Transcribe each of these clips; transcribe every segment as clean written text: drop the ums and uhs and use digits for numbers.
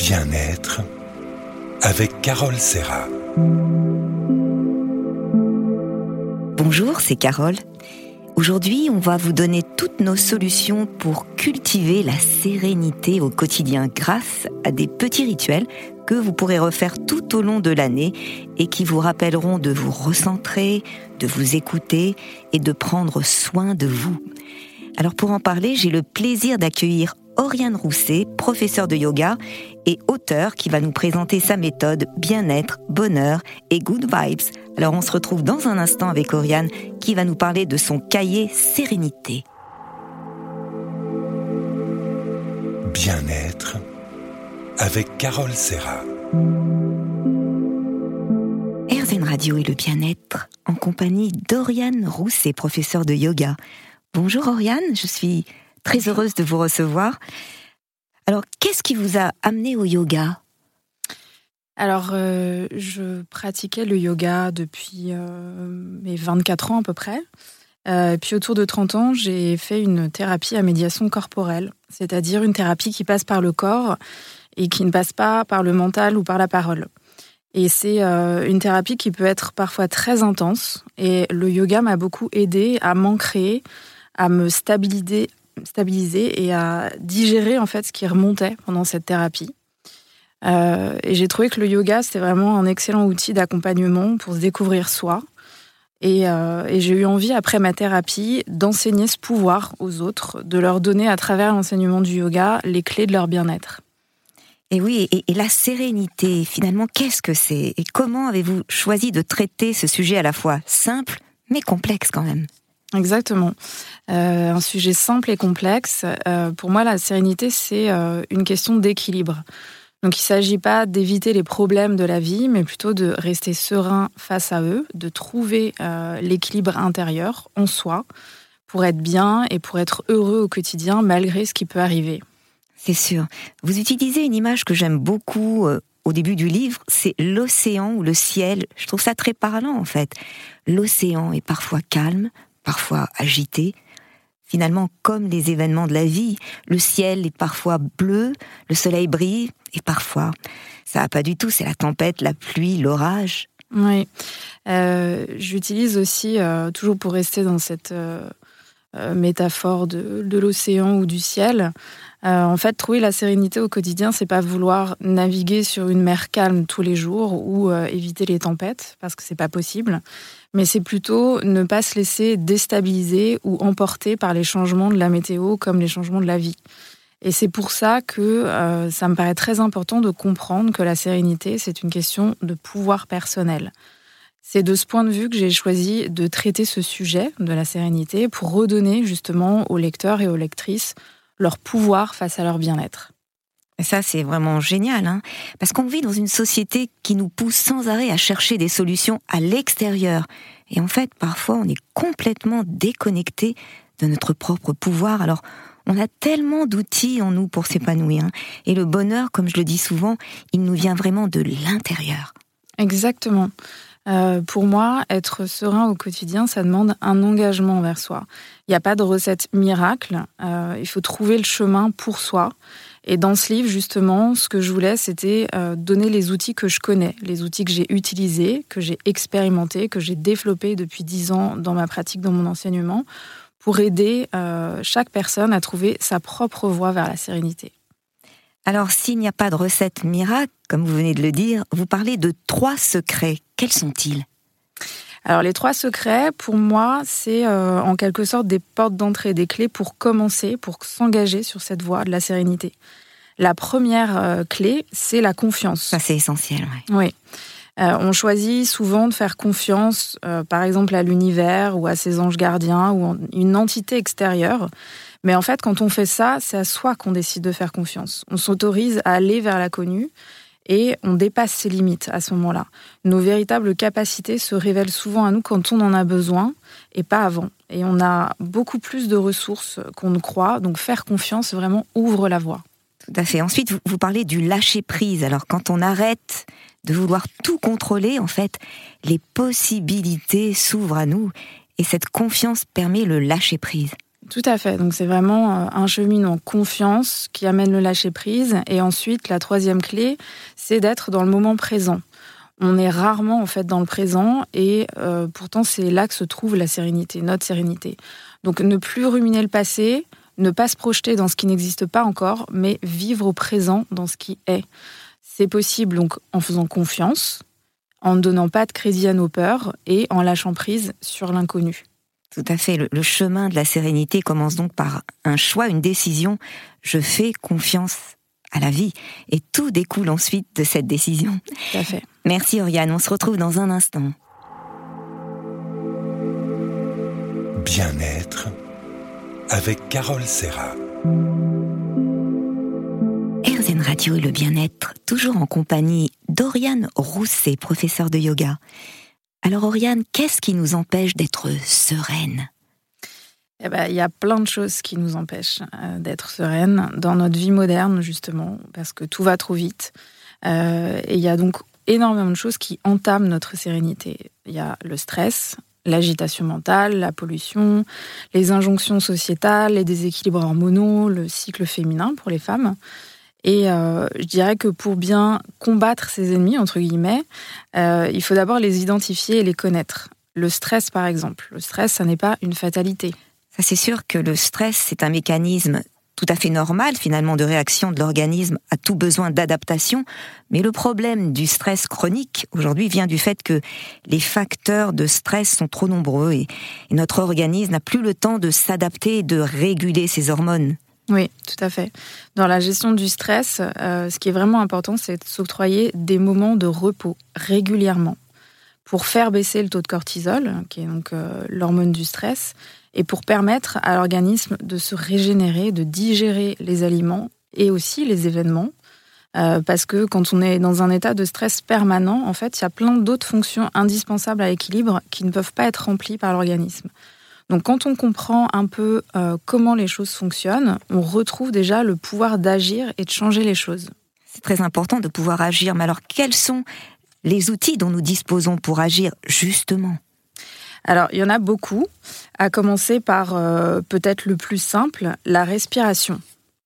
Bien-être avec Carole Serra. Bonjour, c'est Carole. Aujourd'hui, on va vous donner toutes nos solutions pour cultiver la sérénité au quotidien grâce à des petits rituels que vous pourrez refaire tout au long de l'année et qui vous rappelleront de vous recentrer, de vous écouter et de prendre soin de vous. Alors pour en parler, j'ai le plaisir d'accueillir Oriane Rousset, professeure de yoga et auteure qui va nous présenter sa méthode bien-être, bonheur et good vibes. Alors on se retrouve dans un instant avec Oriane qui va nous parler de son cahier sérénité. Bien-être avec Carole Serra. RZN Radio et le bien-être en compagnie d'Oriane Rousset, professeure de yoga. Bonjour Oriane, je suis très heureuse de vous recevoir. Alors, qu'est-ce qui vous a amené au yoga ? Alors, je pratiquais le yoga depuis mes 24 ans à peu près. Puis autour de 30 ans, j'ai fait une thérapie à médiation corporelle, c'est-à-dire une thérapie qui passe par le corps et qui ne passe pas par le mental ou par la parole. Et c'est une thérapie qui peut être parfois très intense. Et le yoga m'a beaucoup aidée à m'ancrer, à me stabiliser et à digérer en fait ce qui remontait pendant cette thérapie. Et j'ai trouvé que le yoga, c'était vraiment un excellent outil d'accompagnement pour se découvrir soi. Et j'ai eu envie, après ma thérapie, d'enseigner ce pouvoir aux autres, de leur donner à travers l'enseignement du yoga les clés de leur bien-être. Et oui, et la sérénité, finalement, qu'est-ce que c'est ? Et comment avez-vous choisi de traiter ce sujet à la fois simple, mais complexe quand même ? Exactement. Un sujet simple et complexe. Pour moi, la sérénité, c'est une question d'équilibre. Donc, il ne s'agit pas d'éviter les problèmes de la vie, mais plutôt de rester serein face à eux, de trouver l'équilibre intérieur en soi pour être bien et pour être heureux au quotidien malgré ce qui peut arriver. C'est sûr. Vous utilisez une image que j'aime beaucoup au début du livre, c'est l'océan ou le ciel. Je trouve ça très parlant en fait. L'océan est parfois calme, parfois agité. Finalement, comme les événements de la vie, le ciel est parfois bleu, le soleil brille, et parfois, ça va pas du tout, c'est la tempête, la pluie, l'orage. Oui, j'utilise aussi, toujours pour rester dans cette métaphore de l'océan ou du ciel, en fait, trouver la sérénité au quotidien, c'est pas vouloir naviguer sur une mer calme tous les jours ou éviter les tempêtes, parce que c'est pas possible. Mais c'est plutôt ne pas se laisser déstabiliser ou emporter par les changements de la météo comme les changements de la vie. Et c'est pour ça que ça me paraît très important de comprendre que la sérénité, c'est une question de pouvoir personnel. C'est de ce point de vue que j'ai choisi de traiter ce sujet de la sérénité pour redonner justement aux lecteurs et aux lectrices leur pouvoir face à leur bien-être. Et ça, c'est vraiment génial, hein, parce qu'on vit dans une société qui nous pousse sans arrêt à chercher des solutions à l'extérieur. Et en fait, parfois, on est complètement déconnecté de notre propre pouvoir. Alors, on a tellement d'outils en nous pour s'épanouir. Hein. Et le bonheur, comme je le dis souvent, il nous vient vraiment de l'intérieur. Exactement. Pour moi, être serein au quotidien, ça demande un engagement envers soi. Il n'y a pas de recette miracle. Il faut trouver le chemin pour soi. Et dans ce livre, justement, ce que je voulais, c'était donner les outils que je connais, les outils que j'ai utilisés, que j'ai expérimentés, que j'ai développés depuis 10 ans dans ma pratique, dans mon enseignement, pour aider chaque personne à trouver sa propre voie vers la sérénité. Alors, s'il n'y a pas de recette miracle, comme vous venez de le dire, vous parlez de 3 secrets. Quels sont-ils ? Alors, les 3 secrets, pour moi, c'est en quelque sorte des portes d'entrée, des clés pour commencer, pour s'engager sur cette voie de la sérénité. La première clé, c'est la confiance. Ça, c'est essentiel, oui. On choisit souvent de faire confiance, par exemple, à l'univers ou à ses anges gardiens ou à une entité extérieure. Mais en fait, quand on fait ça, c'est à soi qu'on décide de faire confiance. On s'autorise à aller vers l'inconnu et on dépasse ses limites à ce moment-là. Nos véritables capacités se révèlent souvent à nous quand on en a besoin et pas avant. Et on a beaucoup plus de ressources qu'on ne croit, donc faire confiance vraiment ouvre la voie. Tout à fait. Ensuite, vous parlez du lâcher-prise. Alors, quand on arrête de vouloir tout contrôler, en fait, les possibilités s'ouvrent à nous et cette confiance permet le lâcher-prise. Tout à fait. Donc, c'est vraiment un cheminement en confiance qui amène le lâcher-prise. Et ensuite, la troisième clé, c'est d'être dans le moment présent. On est rarement en fait dans le présent et pourtant, c'est là que se trouve la sérénité, notre sérénité. Donc, ne plus ruminer le passé, ne pas se projeter dans ce qui n'existe pas encore, mais vivre au présent dans ce qui est. C'est possible donc en faisant confiance, en ne donnant pas de crédit à nos peurs et en lâchant prise sur l'inconnu. Tout à fait. Le chemin de la sérénité commence donc par un choix, une décision. Je fais confiance à la vie. Et tout découle ensuite de cette décision. Tout à fait. Merci Oriane, on se retrouve dans un instant. Bien-être avec Carole Serra. RZN Radio et le bien-être, toujours en compagnie d'Oriane Rousset, professeure de yoga. Alors Oriane, qu'est-ce qui nous empêche d'être sereine ? Il y a plein de choses qui nous empêchent d'être sereine dans notre vie moderne, justement, parce que tout va trop vite. Et il y a donc énormément de choses qui entament notre sérénité. Il y a le stress, l'agitation mentale, la pollution, les injonctions sociétales, les déséquilibres hormonaux, le cycle féminin pour les femmes. Et je dirais que pour bien combattre ces ennemis, entre guillemets, il faut d'abord les identifier et les connaître. Le stress, par exemple. Le stress, ça n'est pas une fatalité. Ça, c'est sûr que le stress, c'est un mécanisme tout à fait normal, finalement, de réaction de l'organisme à tout besoin d'adaptation. Mais le problème du stress chronique, aujourd'hui, vient du fait que les facteurs de stress sont trop nombreux et notre organisme n'a plus le temps de s'adapter et de réguler ses hormones. Oui, tout à fait. Dans la gestion du stress, ce qui est vraiment important, c'est de s'octroyer des moments de repos régulièrement pour faire baisser le taux de cortisol, qui est donc l'hormone du stress, et pour permettre à l'organisme de se régénérer, de digérer les aliments et aussi les événements. Parce que quand on est dans un état de stress permanent, en fait, il y a plein d'autres fonctions indispensables à l'équilibre qui ne peuvent pas être remplies par l'organisme. Donc quand on comprend un peu comment les choses fonctionnent, on retrouve déjà le pouvoir d'agir et de changer les choses. C'est très important de pouvoir agir, mais alors quels sont les outils dont nous disposons pour agir justement ? Alors il y en a beaucoup, à commencer par peut-être le plus simple, la respiration.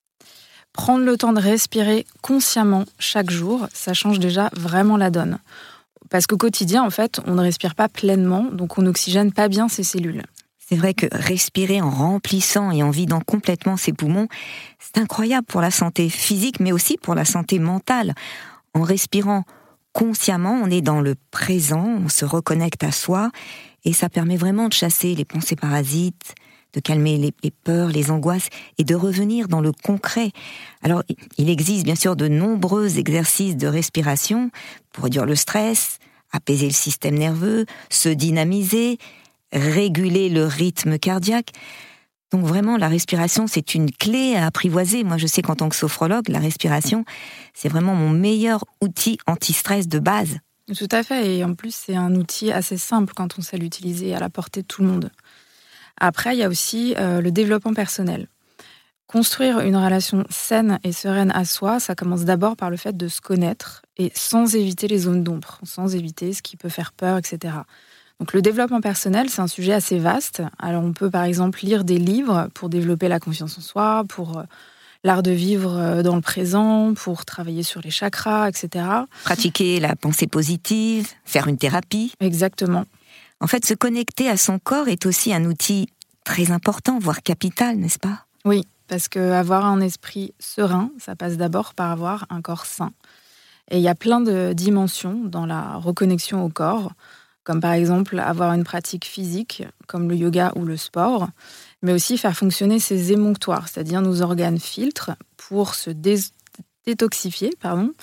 Prendre le temps de respirer consciemment chaque jour, ça change déjà vraiment la donne. Parce qu'au quotidien, en fait, on ne respire pas pleinement, donc on n'oxygène pas bien ses cellules. C'est vrai que respirer en remplissant et en vidant complètement ses poumons, c'est incroyable pour la santé physique, mais aussi pour la santé mentale. En respirant consciemment, on est dans le présent, on se reconnecte à soi, et ça permet vraiment de chasser les pensées parasites, de calmer les peurs, les angoisses, et de revenir dans le concret. Alors, il existe bien sûr de nombreux exercices de respiration pour réduire le stress, apaiser le système nerveux, se dynamiser, réguler le rythme cardiaque. Donc vraiment, la respiration, c'est une clé à apprivoiser. Moi, je sais qu'en tant que sophrologue, la respiration, c'est vraiment mon meilleur outil anti-stress de base. Tout à fait, et en plus, c'est un outil assez simple quand on sait l'utiliser, à la portée de tout le monde. Après, il y a aussi le développement personnel. Construire une relation saine et sereine à soi, ça commence d'abord par le fait de se connaître, et sans éviter les zones d'ombre, sans éviter ce qui peut faire peur, etc. Donc le développement personnel, c'est un sujet assez vaste. Alors on peut par exemple lire des livres pour développer la confiance en soi, pour l'art de vivre dans le présent, pour travailler sur les chakras, etc. Pratiquer la pensée positive, faire une thérapie. Exactement. En fait, se connecter à son corps est aussi un outil très important, voire capital, n'est-ce pas ? Oui, parce qu'avoir un esprit serein, ça passe d'abord par avoir un corps sain. Et il y a plein de dimensions dans la reconnexion au corps, comme par exemple avoir une pratique physique, comme le yoga ou le sport, mais aussi faire fonctionner ses émonctoires, c'est-à-dire nos organes filtres, pour se détoxifier,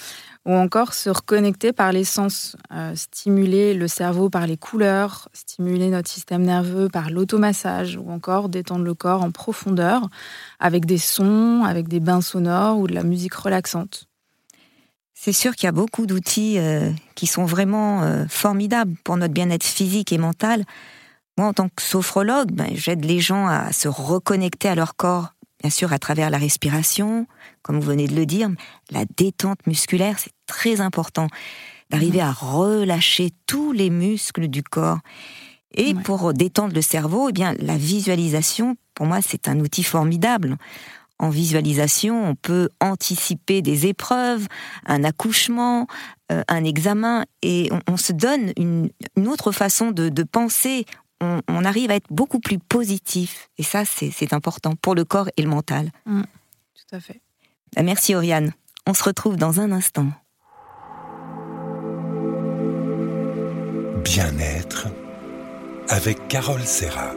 ou encore se reconnecter par les sens, stimuler le cerveau par les couleurs, stimuler notre système nerveux par l'automassage, ou encore détendre le corps en profondeur, avec des sons, avec des bains sonores ou de la musique relaxante. C'est sûr qu'il y a beaucoup d'outils qui sont vraiment formidables pour notre bien-être physique et mental. Moi, en tant que sophrologue, j'aide les gens à se reconnecter à leur corps, bien sûr à travers la respiration, comme vous venez de le dire, la détente musculaire, c'est très important d'arriver à relâcher tous les muscles du corps. Et pour détendre le cerveau, la visualisation pour moi, c'est un outil formidable. En visualisation, on peut anticiper des épreuves, un accouchement, un examen, et on se donne une autre façon de penser. On arrive à être beaucoup plus positif. Et ça, c'est important pour le corps et le mental. Tout à fait. Merci Oriane. On se retrouve dans un instant. Bien-être avec Carole Serra.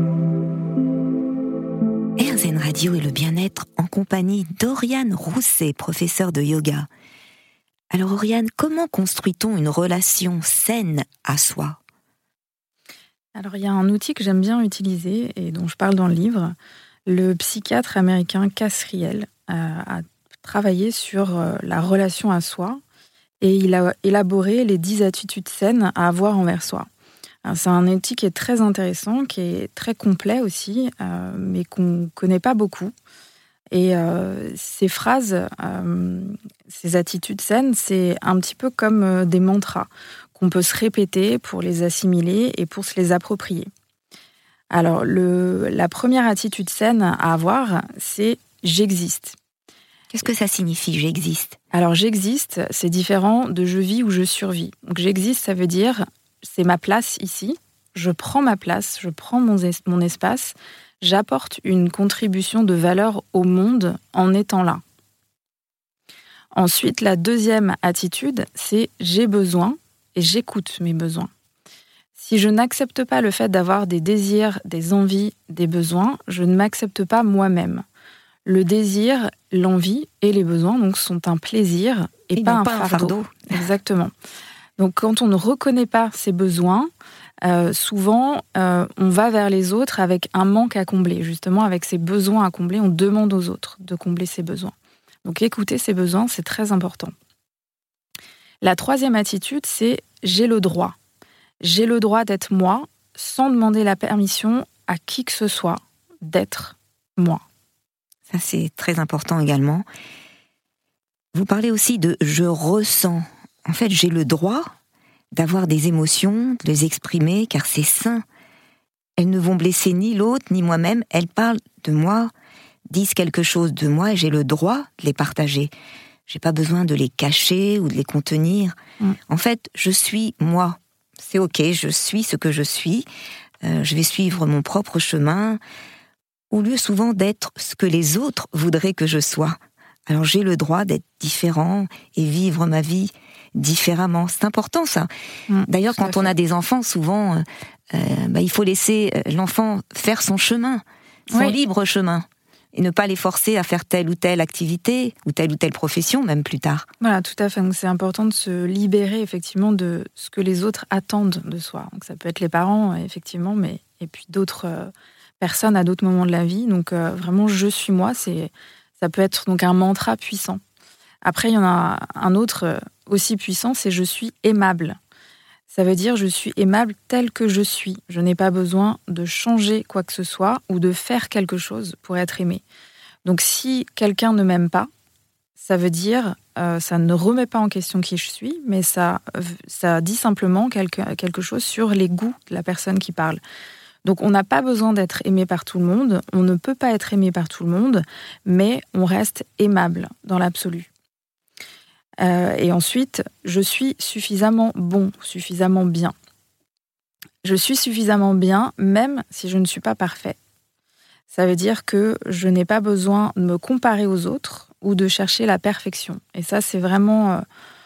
RZN Radio et le bien-être en compagnie d'Oriane Rousset, professeure de yoga. Alors Oriane, comment construit-on une relation saine à soi ? Alors il y a un outil que j'aime bien utiliser et dont je parle dans le livre. Le psychiatre américain Casriel a travaillé sur la relation à soi et il a élaboré les 10 attitudes saines à avoir envers soi. Alors, c'est un outil qui est très intéressant, qui est très complet aussi, mais qu'on ne connaît pas beaucoup. Et ces phrases, ces attitudes saines, c'est un petit peu comme des mantras qu'on peut se répéter pour les assimiler et pour se les approprier. Alors, la première attitude saine à avoir, c'est « j'existe ». Qu'est-ce que ça signifie, j'existe ? Alors, j'existe, c'est différent de je vis ou je survis. Donc, j'existe, ça veut dire, c'est ma place ici, je prends ma place, je prends mon espace, j'apporte une contribution de valeur au monde en étant là. Ensuite, la deuxième attitude, c'est j'ai besoin et j'écoute mes besoins. Si je n'accepte pas le fait d'avoir des désirs, des envies, des besoins, je ne m'accepte pas moi-même. Le désir, l'envie et les besoins donc, sont un plaisir et pas un fardeau. Exactement. Donc quand on ne reconnaît pas ses besoins, souvent on va vers les autres avec un manque à combler. Justement, avec ses besoins à combler, on demande aux autres de combler ses besoins. Donc écouter ses besoins, c'est très important. La troisième attitude, c'est j'ai le droit. J'ai le droit d'être moi, sans demander la permission à qui que ce soit d'être moi. Ça, c'est très important également. Vous parlez aussi de « je ressens ». En fait, j'ai le droit d'avoir des émotions, de les exprimer, car c'est sain. Elles ne vont blesser ni l'autre, ni moi-même. Elles parlent de moi, disent quelque chose de moi, et j'ai le droit de les partager. J'ai pas besoin de les cacher ou de les contenir. En fait, je suis moi. C'est ok, je suis ce que je suis. Je vais suivre mon propre chemin, au lieu souvent d'être ce que les autres voudraient que je sois. Alors j'ai le droit d'être différent et vivre ma vie différemment. C'est important ça. D'ailleurs, quand on a des enfants, souvent, il faut laisser l'enfant faire son chemin, son libre chemin, et ne pas les forcer à faire telle ou telle activité ou telle profession, même plus tard. Voilà, tout à fait. Donc c'est important de se libérer effectivement de ce que les autres attendent de soi. Donc ça peut être les parents, effectivement, et puis d'autres personnes à d'autres moments de la vie. Donc vraiment, je suis moi, ça peut être donc un mantra puissant. Après, il y en a un autre aussi puissant, c'est je suis aimable. Ça veut dire je suis aimable tel que je suis. Je n'ai pas besoin de changer quoi que ce soit ou de faire quelque chose pour être aimé. Donc si quelqu'un ne m'aime pas, ça veut dire ça ne remet pas en question qui je suis, mais ça dit simplement quelque chose sur les goûts de la personne qui parle. Donc on n'a pas besoin d'être aimé par tout le monde, on ne peut pas être aimé par tout le monde, mais on reste aimable dans l'absolu. Et ensuite, je suis suffisamment bon, suffisamment bien. Je suis suffisamment bien, même si je ne suis pas parfait. Ça veut dire que je n'ai pas besoin de me comparer aux autres ou de chercher la perfection. Et ça, c'est vraiment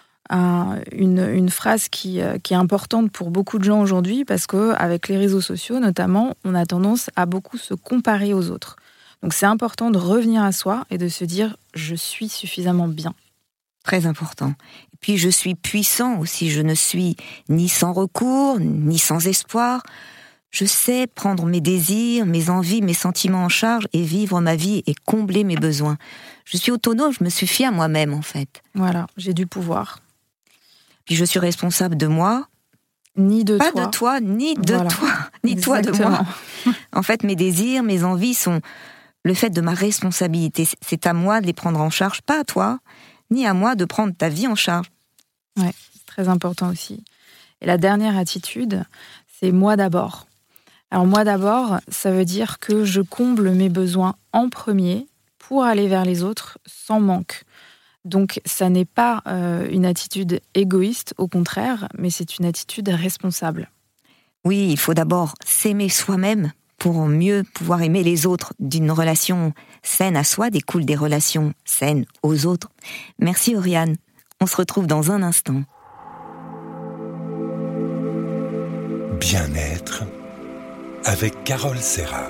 une phrase qui est importante pour beaucoup de gens aujourd'hui, parce qu'avec les réseaux sociaux, notamment, on a tendance à beaucoup se comparer aux autres. Donc c'est important de revenir à soi et de se dire « je suis suffisamment bien ». Très important. Et puis je suis puissant aussi, je ne suis ni sans recours, ni sans espoir. Je sais prendre mes désirs, mes envies, mes sentiments en charge et vivre ma vie et combler mes besoins. Je suis autonome, je me suffis à moi-même en fait. Voilà, j'ai du pouvoir. Puis je suis responsable de moi. Ni de pas toi. Pas de toi, ni de toi, ni toi de moi. En fait, mes désirs, mes envies sont le fait de ma responsabilité. C'est à moi de les prendre en charge, pas à toi, ni à moi de prendre ta vie en charge. Oui, c'est très important aussi. Et la dernière attitude, c'est moi d'abord. Alors moi d'abord, ça veut dire que je comble mes besoins en premier pour aller vers les autres sans manque. Donc ça n'est pas une attitude égoïste, au contraire, mais c'est une attitude responsable. Oui, il faut d'abord s'aimer soi-même pour mieux pouvoir aimer les autres. D'une relation saine à soi découlent des relations saines aux autres. Merci Oriane, on se retrouve dans un instant. Bien-être avec Carole Serra.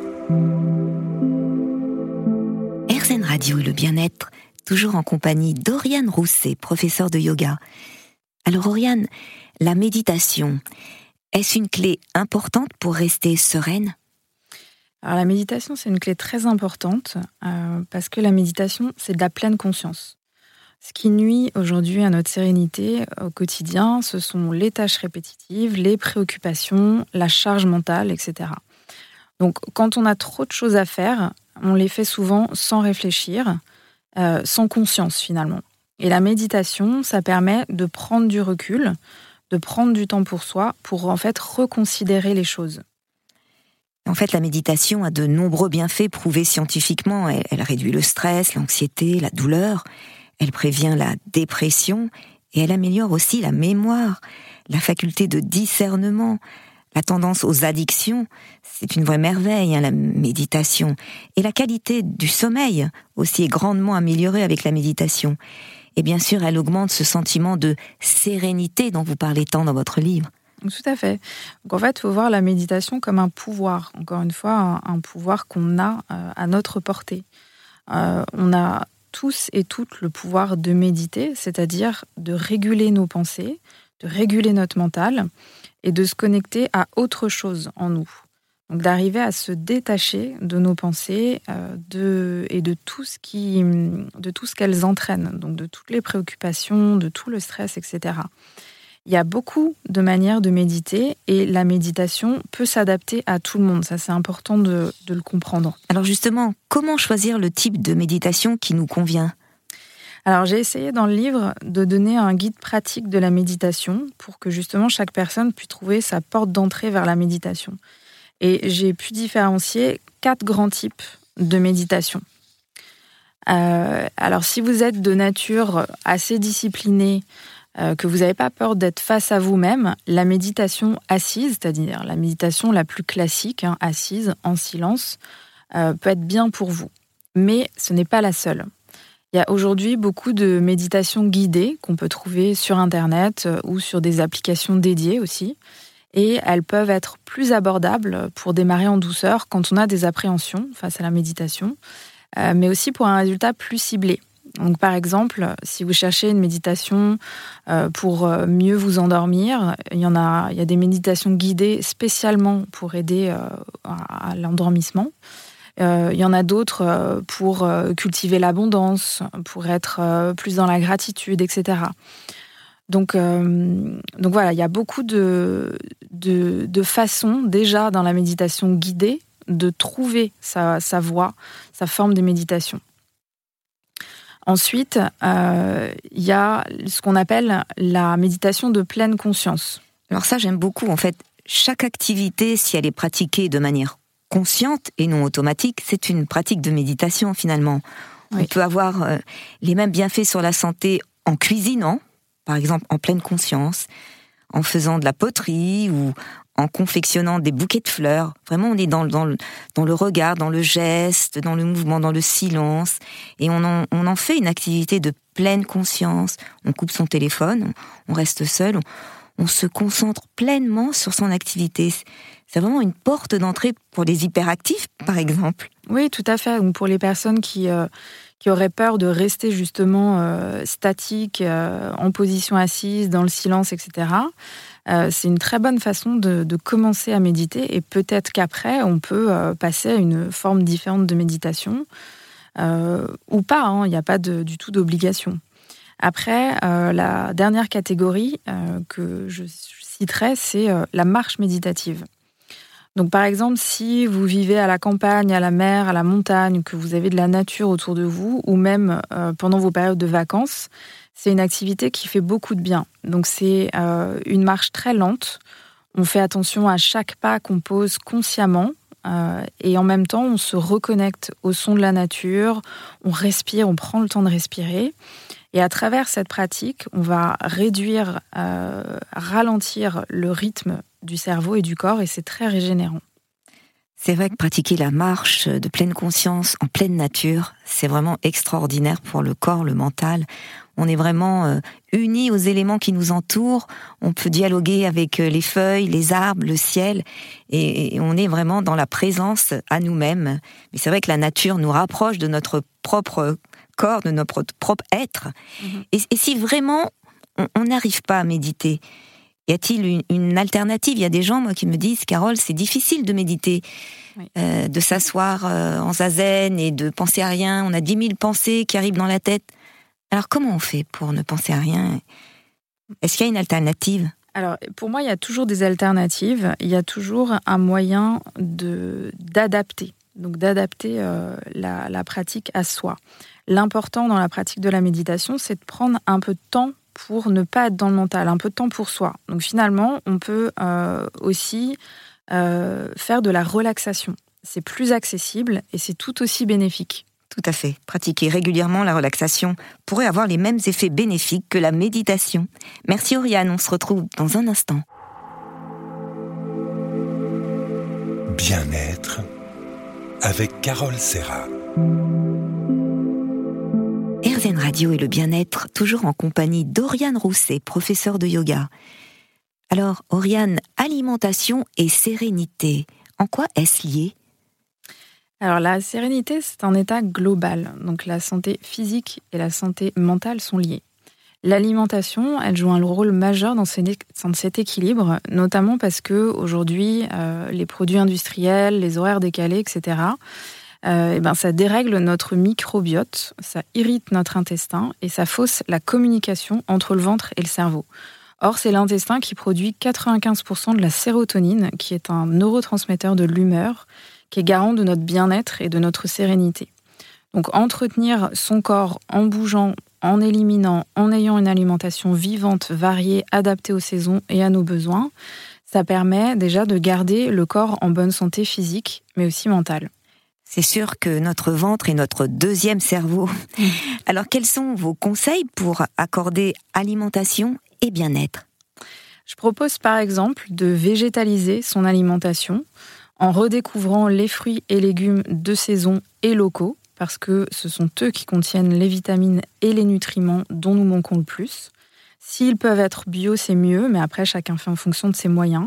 RZN Radio et le bien-être, toujours en compagnie d'Oriane Rousset, professeure de yoga. Alors Oriane, la méditation, est-ce une clé importante pour rester sereine ? Alors la méditation, c'est une clé très importante parce que la méditation, c'est de la pleine conscience. Ce qui nuit aujourd'hui à notre sérénité au quotidien, ce sont les tâches répétitives, les préoccupations, la charge mentale, etc. Donc quand on a trop de choses à faire, on les fait souvent sans réfléchir, sans conscience finalement. Et la méditation, ça permet de prendre du recul, de prendre du temps pour soi, pour en fait reconsidérer les choses. En fait, la méditation a de nombreux bienfaits prouvés scientifiquement. Elle réduit le stress, l'anxiété, la douleur. Elle prévient la dépression et elle améliore aussi la mémoire, la faculté de discernement, la tendance aux addictions. C'est une vraie merveille, la méditation. Et la qualité du sommeil aussi est grandement améliorée avec la méditation. Et bien sûr, elle augmente ce sentiment de sérénité dont vous parlez tant dans votre livre. Tout à fait. Donc en fait, il faut voir la méditation comme un pouvoir. Encore une fois, un pouvoir qu'on a à notre portée. On a tous et toutes le pouvoir de méditer, c'est-à-dire de réguler nos pensées, de réguler notre mental et de se connecter à autre chose en nous. Donc d'arriver à se détacher de nos pensées et de tout ce qu'elles entraînent, donc de toutes les préoccupations, de tout le stress, etc. Il y a beaucoup de manières de méditer et la méditation peut s'adapter à tout le monde. Ça, c'est important de le comprendre. Alors justement, comment choisir le type de méditation qui nous convient ? Alors, j'ai essayé dans le livre de donner un guide pratique de la méditation pour que justement chaque personne puisse trouver sa porte d'entrée vers la méditation. Et j'ai pu différencier 4 grands types de méditation. Alors, si vous êtes de nature assez disciplinée, que vous n'avez pas peur d'être face à vous-même, la méditation assise, c'est-à-dire la méditation la plus classique, assise, en silence, peut être bien pour vous. Mais ce n'est pas la seule. Il y a aujourd'hui beaucoup de méditations guidées qu'on peut trouver sur Internet ou sur des applications dédiées aussi. Et elles peuvent être plus abordables pour démarrer en douceur quand on a des appréhensions face à la méditation, mais aussi pour un résultat plus ciblé. Donc, par exemple, si vous cherchez une méditation pour mieux vous endormir, il y a des méditations guidées spécialement pour aider à l'endormissement. Il y en a d'autres pour cultiver l'abondance, pour être plus dans la gratitude, etc. Donc voilà, il y a beaucoup de façons déjà dans la méditation guidée de trouver sa voie, sa forme de méditation. Ensuite, il y a ce qu'on appelle la méditation de pleine conscience. Alors ça, j'aime beaucoup. En fait, chaque activité, si elle est pratiquée de manière consciente et non automatique, c'est une pratique de méditation finalement. Oui. On peut avoir les mêmes bienfaits sur la santé en cuisinant, par exemple en pleine conscience, en faisant de la poterie ou en confectionnant des bouquets de fleurs. Vraiment, on est dans le regard, dans le geste, dans le mouvement, dans le silence. Et on en fait une activité de pleine conscience. On coupe son téléphone, on reste seul, on se concentre pleinement sur son activité. C'est vraiment une porte d'entrée pour les hyperactifs, par exemple. Oui, tout à fait. Pour les personnes qui auraient peur de rester justement statiques, en position assise, dans le silence, etc., c'est une très bonne façon de commencer à méditer. Et peut-être qu'après, on peut passer à une forme différente de méditation ou pas. Il n'y a pas du tout d'obligation. Après, la dernière catégorie que je citerai, c'est la marche méditative. Donc par exemple, si vous vivez à la campagne, à la mer, à la montagne, que vous avez de la nature autour de vous, ou même pendant vos périodes de vacances, c'est une activité qui fait beaucoup de bien. Donc c'est une marche très lente. On fait attention à chaque pas qu'on pose consciemment et en même temps, on se reconnecte au son de la nature, on respire, on prend le temps de respirer. Et à travers cette pratique, on va réduire, ralentir le rythme du cerveau et du corps et c'est très régénérant. C'est vrai que pratiquer la marche de pleine conscience, en pleine nature, c'est vraiment extraordinaire pour le corps, le mental. On est vraiment unis aux éléments qui nous entourent. On peut dialoguer avec les feuilles, les arbres, le ciel. Et on est vraiment dans la présence à nous-mêmes. Mais c'est vrai que la nature nous rapproche de notre propre corps, de notre propre être. Et si vraiment on n'arrive pas à méditer, y a-t-il une alternative ? Il y a des gens, moi, qui me disent, Carole, c'est difficile de méditer, de s'asseoir en zazen et de penser à rien. On a 10 000 pensées qui arrivent dans la tête. Alors, comment on fait pour ne penser à rien ? Est-ce qu'il y a une alternative ? Alors, pour moi, il y a toujours des alternatives. Il y a toujours un moyen d'adapter. Donc, d'adapter la pratique à soi. L'important dans la pratique de la méditation, c'est de prendre un peu de temps pour ne pas être dans le mental, un peu de temps pour soi. Donc finalement, on peut aussi faire de la relaxation. C'est plus accessible et c'est tout aussi bénéfique. Tout à fait. Pratiquer régulièrement la relaxation pourrait avoir les mêmes effets bénéfiques que la méditation. Merci Oriane, on se retrouve dans un instant. Bien-être avec Carole Serra. RZN Radio et le bien-être, toujours en compagnie d'Oriane Rousset, professeure de yoga. Alors, Oriane, alimentation et sérénité, en quoi est-ce lié ? Alors, la sérénité, c'est un état global. Donc, la santé physique et la santé mentale sont liées. L'alimentation, elle joue un rôle majeur dans cet équilibre, notamment parce qu'aujourd'hui, les produits industriels, les horaires décalés, etc., ça dérègle notre microbiote, ça irrite notre intestin et ça fausse la communication entre le ventre et le cerveau. Or, c'est l'intestin qui produit 95% de la sérotonine, qui est un neurotransmetteur de l'humeur, qui est garant de notre bien-être et de notre sérénité. Donc, entretenir son corps en bougeant, en éliminant, en ayant une alimentation vivante, variée, adaptée aux saisons et à nos besoins, ça permet déjà de garder le corps en bonne santé physique, mais aussi mentale. C'est sûr que notre ventre est notre deuxième cerveau. Alors, quels sont vos conseils pour accorder alimentation et bien-être ? Je propose par exemple de végétaliser son alimentation en redécouvrant les fruits et légumes de saison et locaux, parce que ce sont eux qui contiennent les vitamines et les nutriments dont nous manquons le plus. S'ils peuvent être bio, c'est mieux, mais après, chacun fait en fonction de ses moyens.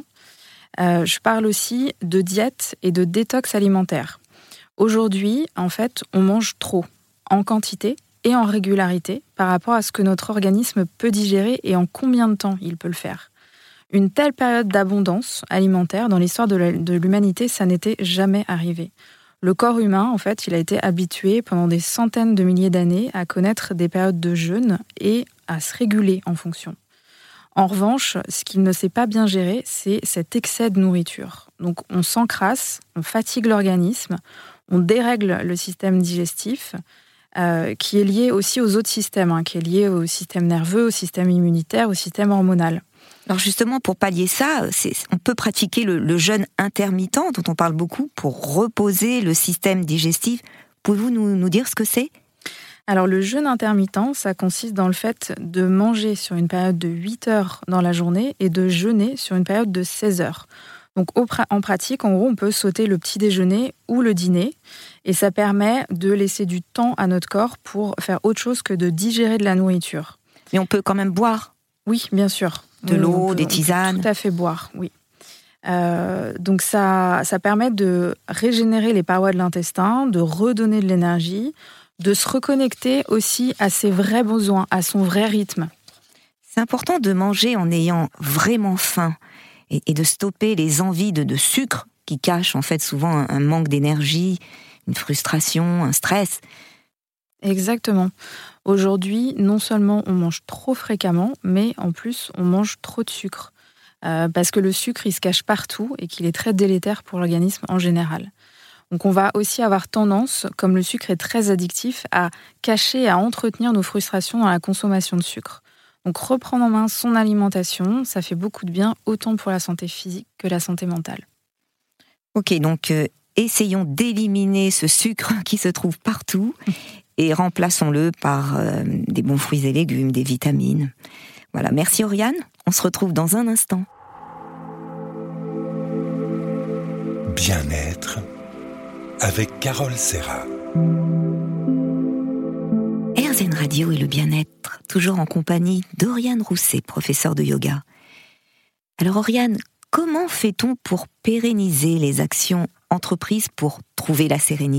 Je parle aussi de diète et de détox alimentaire. Aujourd'hui, en fait, on mange trop, en quantité et en régularité, par rapport à ce que notre organisme peut digérer et en combien de temps il peut le faire. Une telle période d'abondance alimentaire dans l'histoire de l'humanité, ça n'était jamais arrivé. Le corps humain, en fait, il a été habitué pendant des centaines de milliers d'années à connaître des périodes de jeûne et à se réguler en fonction. En revanche, ce qu'il ne sait pas bien gérer, c'est cet excès de nourriture. Donc on s'encrasse, on fatigue l'organisme, on dérègle le système digestif, qui est lié aussi aux autres systèmes, qui est lié au système nerveux, au système immunitaire, au système hormonal. Alors justement, pour pallier ça, on peut pratiquer le jeûne intermittent, dont on parle beaucoup, pour reposer le système digestif. Pouvez-vous nous dire ce que c'est ? Alors le jeûne intermittent, ça consiste dans le fait de manger sur une période de 8 heures dans la journée et de jeûner sur une période de 16 heures. Donc en pratique, en gros, on peut sauter le petit déjeuner ou le dîner et ça permet de laisser du temps à notre corps pour faire autre chose que de digérer de la nourriture. Mais on peut quand même boire ? Oui, bien sûr. De l'eau, des tisanes ? On peut tout à fait boire, oui. Donc ça permet de régénérer les parois de l'intestin, de redonner de l'énergie, de se reconnecter aussi à ses vrais besoins, à son vrai rythme. C'est important de manger en ayant vraiment faim et de stopper les envies de sucre qui cachent en fait souvent un manque d'énergie, une frustration, un stress. Exactement. Aujourd'hui, non seulement on mange trop fréquemment, mais en plus on mange trop de sucre. Parce que le sucre, il se cache partout et qu'il est très délétère pour l'organisme en général. Donc on va aussi avoir tendance, comme le sucre est très addictif, à cacher, à entretenir nos frustrations dans la consommation de sucre. Donc reprendre en main son alimentation, ça fait beaucoup de bien, autant pour la santé physique que la santé mentale. Ok, donc essayons d'éliminer ce sucre qui se trouve partout et remplaçons-le par des bons fruits et légumes, des vitamines. Voilà, merci Oriane, on se retrouve dans un instant. Bien-être avec Carole Serra. RZN Radio et le bien-être, toujours en compagnie d'Oriane Rousset, professeure de yoga. Alors Oriane, comment fait-on pour pérenniser les actions entreprises pour trouver la sérénité ?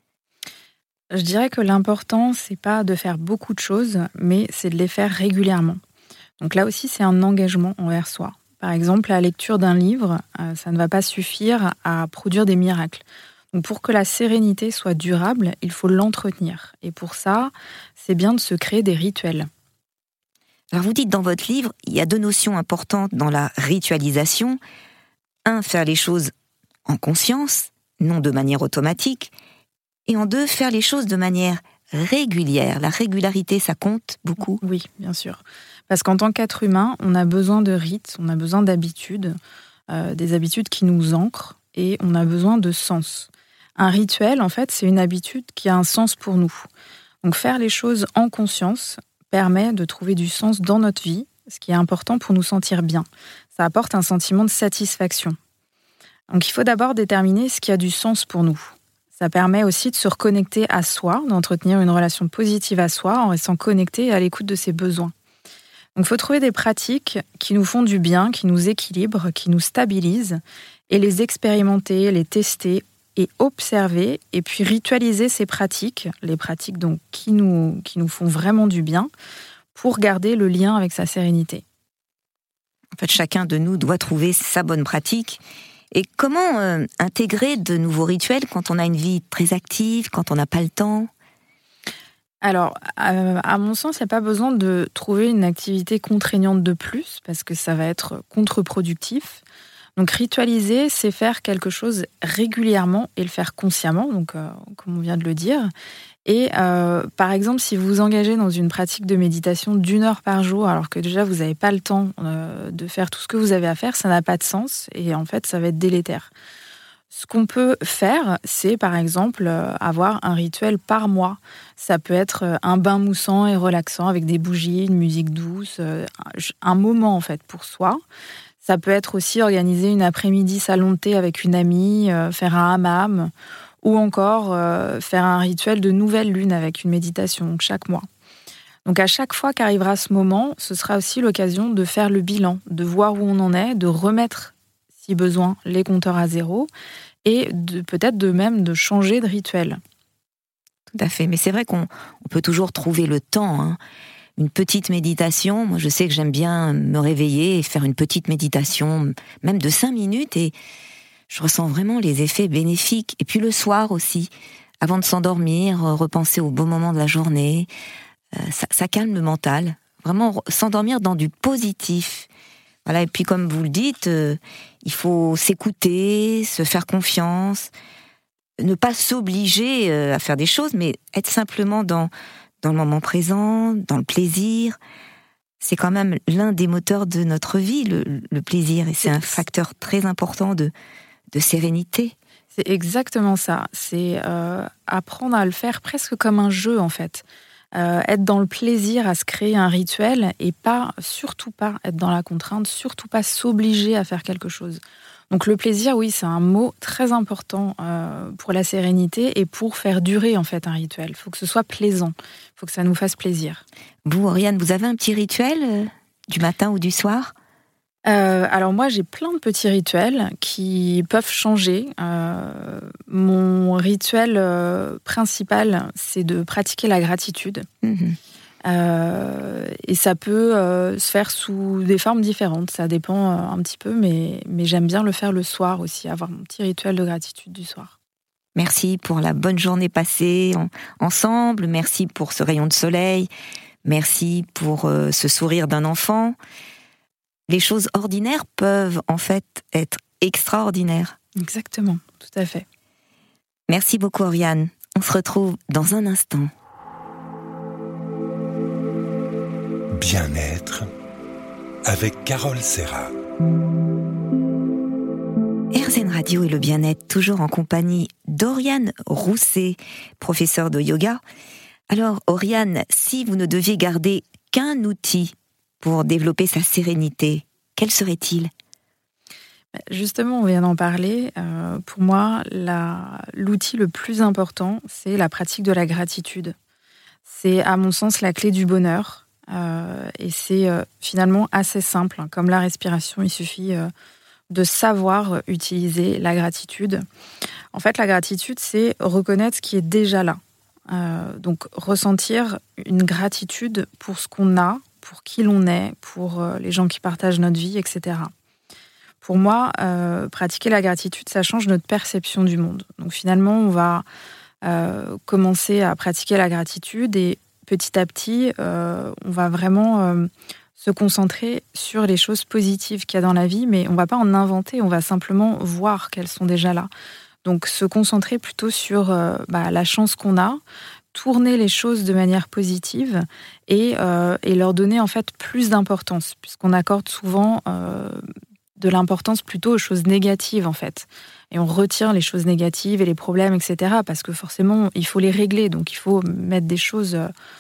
Je dirais que l'important, c'est pas de faire beaucoup de choses, mais c'est de les faire régulièrement. Donc là aussi, c'est un engagement envers soi. Par exemple, la lecture d'un livre, ça ne va pas suffire à produire des miracles. Donc pour que la sérénité soit durable, il faut l'entretenir. Et pour ça, c'est bien de se créer des rituels. Alors vous dites dans votre livre, il y a 2 notions importantes dans la ritualisation. 1, faire les choses en conscience, non de manière automatique. Et en 2, faire les choses de manière régulière. La régularité, ça compte beaucoup ? Oui, bien sûr. Parce qu'en tant qu'être humain, on a besoin de rites, on a besoin d'habitudes, des habitudes qui nous ancrent, et on a besoin de sens. Un rituel, en fait, c'est une habitude qui a un sens pour nous. Donc faire les choses en conscience permet de trouver du sens dans notre vie, ce qui est important pour nous sentir bien. Ça apporte un sentiment de satisfaction. Donc il faut d'abord déterminer ce qui a du sens pour nous. Ça permet aussi de se reconnecter à soi, d'entretenir une relation positive à soi en restant connecté et à l'écoute de ses besoins. Donc il faut trouver des pratiques qui nous font du bien, qui nous équilibrent, qui nous stabilisent, et les expérimenter, les tester et observer, et puis ritualiser ces pratiques, les pratiques donc qui nous font vraiment du bien, pour garder le lien avec sa sérénité. En fait, chacun de nous doit trouver sa bonne pratique. Et comment intégrer de nouveaux rituels quand on a une vie très active, quand on n'a pas le temps ? Alors, à mon sens, il n'y a pas besoin de trouver une activité contraignante de plus, parce que ça va être contre-productif. Donc, ritualiser, c'est faire quelque chose régulièrement et le faire consciemment, donc comme on vient de le dire. Et par exemple, si vous vous engagez dans une pratique de méditation d'1 heure par jour, alors que déjà vous n'avez pas le temps de faire tout ce que vous avez à faire, ça n'a pas de sens et en fait, ça va être délétère. Ce qu'on peut faire, c'est par exemple avoir un rituel par mois. Ça peut être un bain moussant et relaxant avec des bougies, une musique douce, un moment en fait pour soi. Ça peut être aussi organiser une après-midi salon de thé avec une amie, faire un hammam, ou encore faire un rituel de nouvelle lune avec une méditation donc chaque mois. Donc à chaque fois qu'arrivera ce moment, ce sera aussi l'occasion de faire le bilan, de voir où on en est, de remettre, si besoin, les compteurs à zéro, et peut-être de même de changer de rituel. Tout à fait, mais c'est vrai qu'on peut toujours trouver le temps, hein. Une petite méditation, moi je sais que j'aime bien me réveiller et faire une petite méditation, même de 5 minutes, et je ressens vraiment les effets bénéfiques. Et puis le soir aussi, avant de s'endormir, repenser aux beaux moments de la journée, ça calme le mental. Vraiment s'endormir dans du positif. Voilà. Et puis comme vous le dites, il faut s'écouter, se faire confiance, ne pas s'obliger à faire des choses, mais être simplement dans le moment présent, dans le plaisir. C'est quand même l'un des moteurs de notre vie, le plaisir. Et c'est un facteur très important de sérénité. C'est exactement ça. C'est apprendre à le faire presque comme un jeu, en fait. Être dans le plaisir à se créer un rituel et surtout pas être dans la contrainte, surtout pas s'obliger à faire quelque chose. Donc le plaisir, oui, c'est un mot très important pour la sérénité et pour faire durer en fait un rituel. Il faut que ce soit plaisant, il faut que ça nous fasse plaisir. Vous, Oriane, vous avez un petit rituel du matin ou du soir ? Alors moi, j'ai plein de petits rituels qui peuvent changer. Mon rituel principal, c'est de pratiquer la gratitude. Et ça peut se faire sous des formes différentes. Ça dépend un petit peu, mais j'aime bien le faire le soir aussi, avoir mon petit rituel de gratitude du soir. Merci pour la bonne journée passée ensemble. Merci pour ce rayon de soleil. Merci pour ce sourire d'un enfant. Les choses ordinaires peuvent en fait être extraordinaires. Exactement, tout à fait. Merci beaucoup, Oriane. On se retrouve dans un instant. bien-être avec Carole Serra. RZN Radio et le bien-être, toujours en compagnie d'Oriane Rousset, professeure de yoga. Alors, Oriane, si vous ne deviez garder qu'un outil pour développer sa sérénité, quel serait-il ? Justement, on vient d'en parler. Pour moi, l'outil le plus important, c'est la pratique de la gratitude. C'est, à mon sens, la clé du bonheur. Et c'est finalement assez simple. Comme la respiration, il suffit de savoir utiliser la gratitude. En fait, la gratitude, c'est reconnaître ce qui est déjà là. Donc, ressentir une gratitude pour ce qu'on a, pour qui l'on est, pour les gens qui partagent notre vie, etc. Pour moi, pratiquer la gratitude, ça change notre perception du monde. Donc finalement, on va commencer à pratiquer la gratitude et petit à petit, on va vraiment se concentrer sur les choses positives qu'il y a dans la vie, mais on ne va pas en inventer, on va simplement voir qu'elles sont déjà là. Donc se concentrer plutôt sur la chance qu'on a, tourner les choses de manière positive et leur donner en fait plus d'importance, puisqu'on accorde souvent de l'importance plutôt aux choses négatives, en fait. Et on retire les choses négatives et les problèmes, etc. Parce que forcément, il faut les régler. Donc, il faut mettre des choses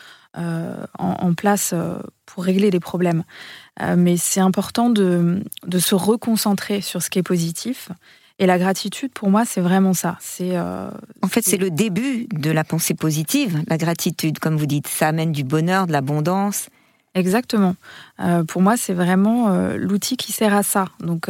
en place pour régler les problèmes. Mais c'est important de se reconcentrer sur ce qui est positif. Et la gratitude, pour moi, c'est vraiment ça. C'est le début de la pensée positive, la gratitude, comme vous dites. Ça amène du bonheur, de l'abondance. Exactement. Pour moi, c'est vraiment l'outil qui sert à ça. Donc,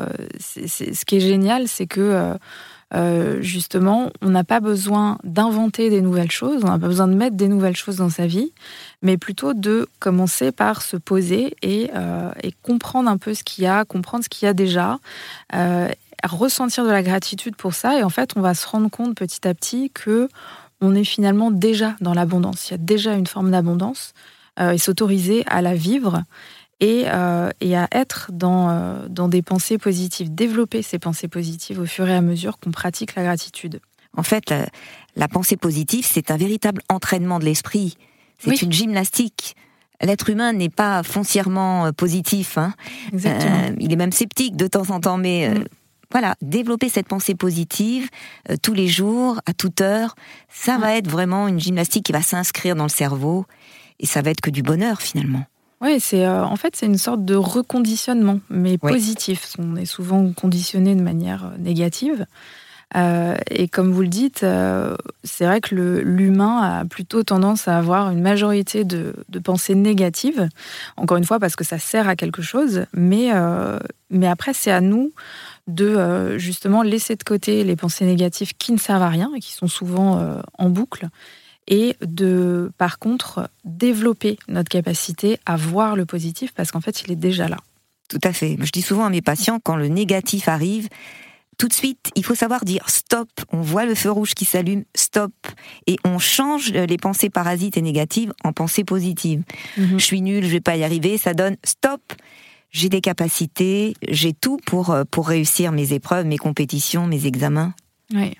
ce qui est génial, c'est que justement, on n'a pas besoin d'inventer des nouvelles choses, on n'a pas besoin de mettre des nouvelles choses dans sa vie, mais plutôt de commencer par se poser et comprendre un peu ce qu'il y a, comprendre ce qu'il y a déjà, ressentir de la gratitude pour ça. Et en fait, on va se rendre compte petit à petit que on est finalement déjà dans l'abondance. Il y a déjà une forme d'abondance. Et s'autoriser à la vivre et à être dans des pensées positives, développer ces pensées positives au fur et à mesure qu'on pratique la gratitude. En fait, la pensée positive, c'est un véritable entraînement de l'esprit. C'est une gymnastique. L'être humain n'est pas foncièrement positif. Exactement. Il est même sceptique de temps en temps, mais voilà, développer cette pensée positive tous les jours, à toute heure, ça va être vraiment une gymnastique qui va s'inscrire dans le cerveau. Et ça va être que du bonheur, finalement. Oui, c'est une sorte de reconditionnement, mais positif. On est souvent conditionné de manière négative. Et comme vous le dites, c'est vrai que l'humain a plutôt tendance à avoir une majorité de pensées négatives. Encore une fois, parce que ça sert à quelque chose. Mais après, c'est à nous de justement laisser de côté les pensées négatives qui ne servent à rien et qui sont souvent en boucle. Et de, par contre, développer notre capacité à voir le positif parce qu'en fait, il est déjà là. Tout à fait. Je dis souvent à mes patients, quand le négatif arrive, tout de suite, il faut savoir dire stop. On voit le feu rouge qui s'allume, stop. Et on change les pensées parasites et négatives en pensées positives. Je suis nulle, je vais pas y arriver, ça donne stop. J'ai des capacités, j'ai tout pour réussir mes épreuves, mes compétitions, mes examens. Oui.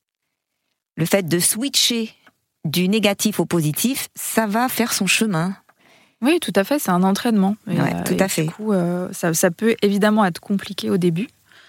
Le fait de switcher du négatif au positif, ça va faire son chemin. Oui, tout à fait, c'est un entraînement. Tout à fait. Du coup, ça peut évidemment être compliqué au début.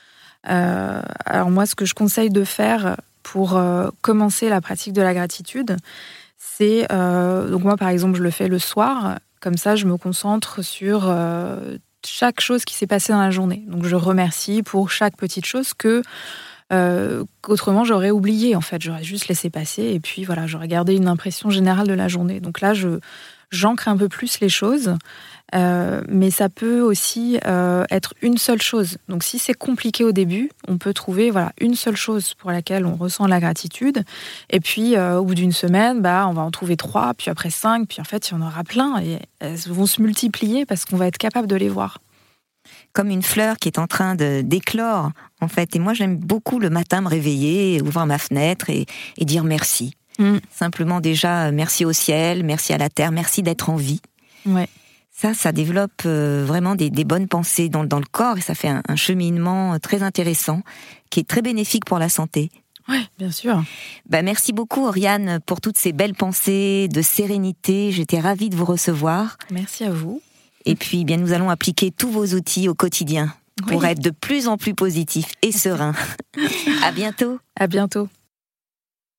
Alors moi, ce que je conseille de faire pour commencer la pratique de la gratitude, c'est... donc moi, par exemple, je le fais le soir. Comme ça, je me concentre sur chaque chose qui s'est passée dans la journée. Donc je remercie pour chaque petite chose qu'autrement j'aurais oublié, en fait. J'aurais juste laissé passer et puis voilà, j'aurais gardé une impression générale de la journée. Donc là, j'ancre un peu plus les choses, mais ça peut aussi être une seule chose. Donc si c'est compliqué au début, on peut trouver une seule chose pour laquelle on ressent la gratitude, et puis au bout d'une semaine, on va en trouver 3, puis après 5, puis en fait il y en aura plein, et elles vont se multiplier parce qu'on va être capable de les voir. Comme une fleur qui est en train d'éclore, en fait. Et moi, j'aime beaucoup le matin me réveiller, ouvrir ma fenêtre et dire merci. Simplement déjà, merci au ciel, merci à la terre, merci d'être en vie. Ouais. Ça développe vraiment des bonnes pensées dans le corps et ça fait un cheminement très intéressant qui est très bénéfique pour la santé. Oui, bien sûr. Merci beaucoup, Oriane, pour toutes ces belles pensées de sérénité. J'étais ravie de vous recevoir. Merci à vous. Et puis, bien, nous allons appliquer tous vos outils au quotidien pour être de plus en plus positifs et sereins. À bientôt. À bientôt.